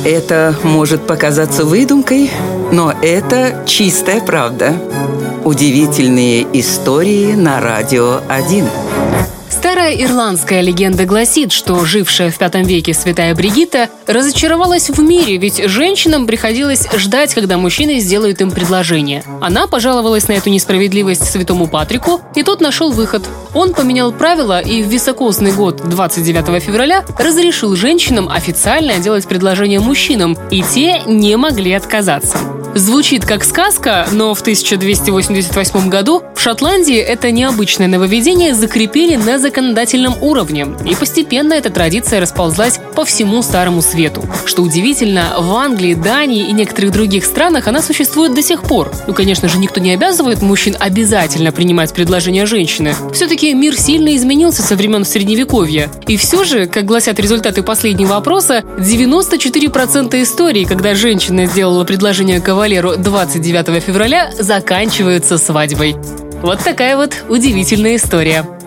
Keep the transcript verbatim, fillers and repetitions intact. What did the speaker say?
Это может показаться выдумкой, но это чистая правда. Удивительные истории на Радио один. Старая ирландская легенда гласит, что жившая в пятом веке святая Бригитта разочаровалась в мире, ведь женщинам приходилось ждать, когда мужчины сделают им предложение. Она пожаловалась на эту несправедливость святому Патрику, и тот нашел выход. Он поменял правила и в високосный год, двадцать девятого февраля, разрешил женщинам официально делать предложение мужчинам, и те не могли отказаться. Звучит как сказка, но в тысяча двести восемьдесят восьмом году в Шотландии это необычное нововведение закрепили на законодательном уровне, и постепенно эта традиция расползлась по всему Старому Свету. Что удивительно, в Англии, Дании и некоторых других странах она существует до сих пор. Ну, конечно же, никто не обязывает мужчин обязательно принимать предложения женщины. Все-таки мир сильно изменился со времен Средневековья. И все же, как гласят результаты последнего опроса, девяносто четыре процента историй, когда женщина сделала предложение кавалеру двадцать девятого февраля, заканчиваются свадьбой. Вот такая вот удивительная история.